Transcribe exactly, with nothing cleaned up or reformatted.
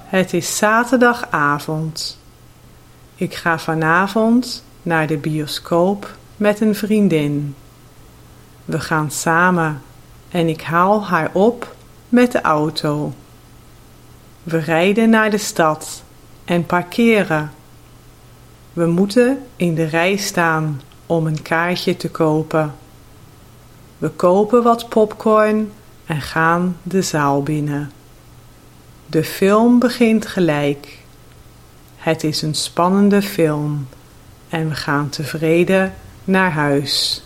Het is zaterdagavond. Ik ga vanavond naar de bioscoop met een vriendin. We gaan samen en ik haal haar op met de auto. We rijden naar de stad en parkeren. We moeten in de rij staan om een kaartje te kopen. We kopen wat popcorn en gaan de zaal binnen. De film begint gelijk. Het is een spannende film en we gaan tevreden naar huis.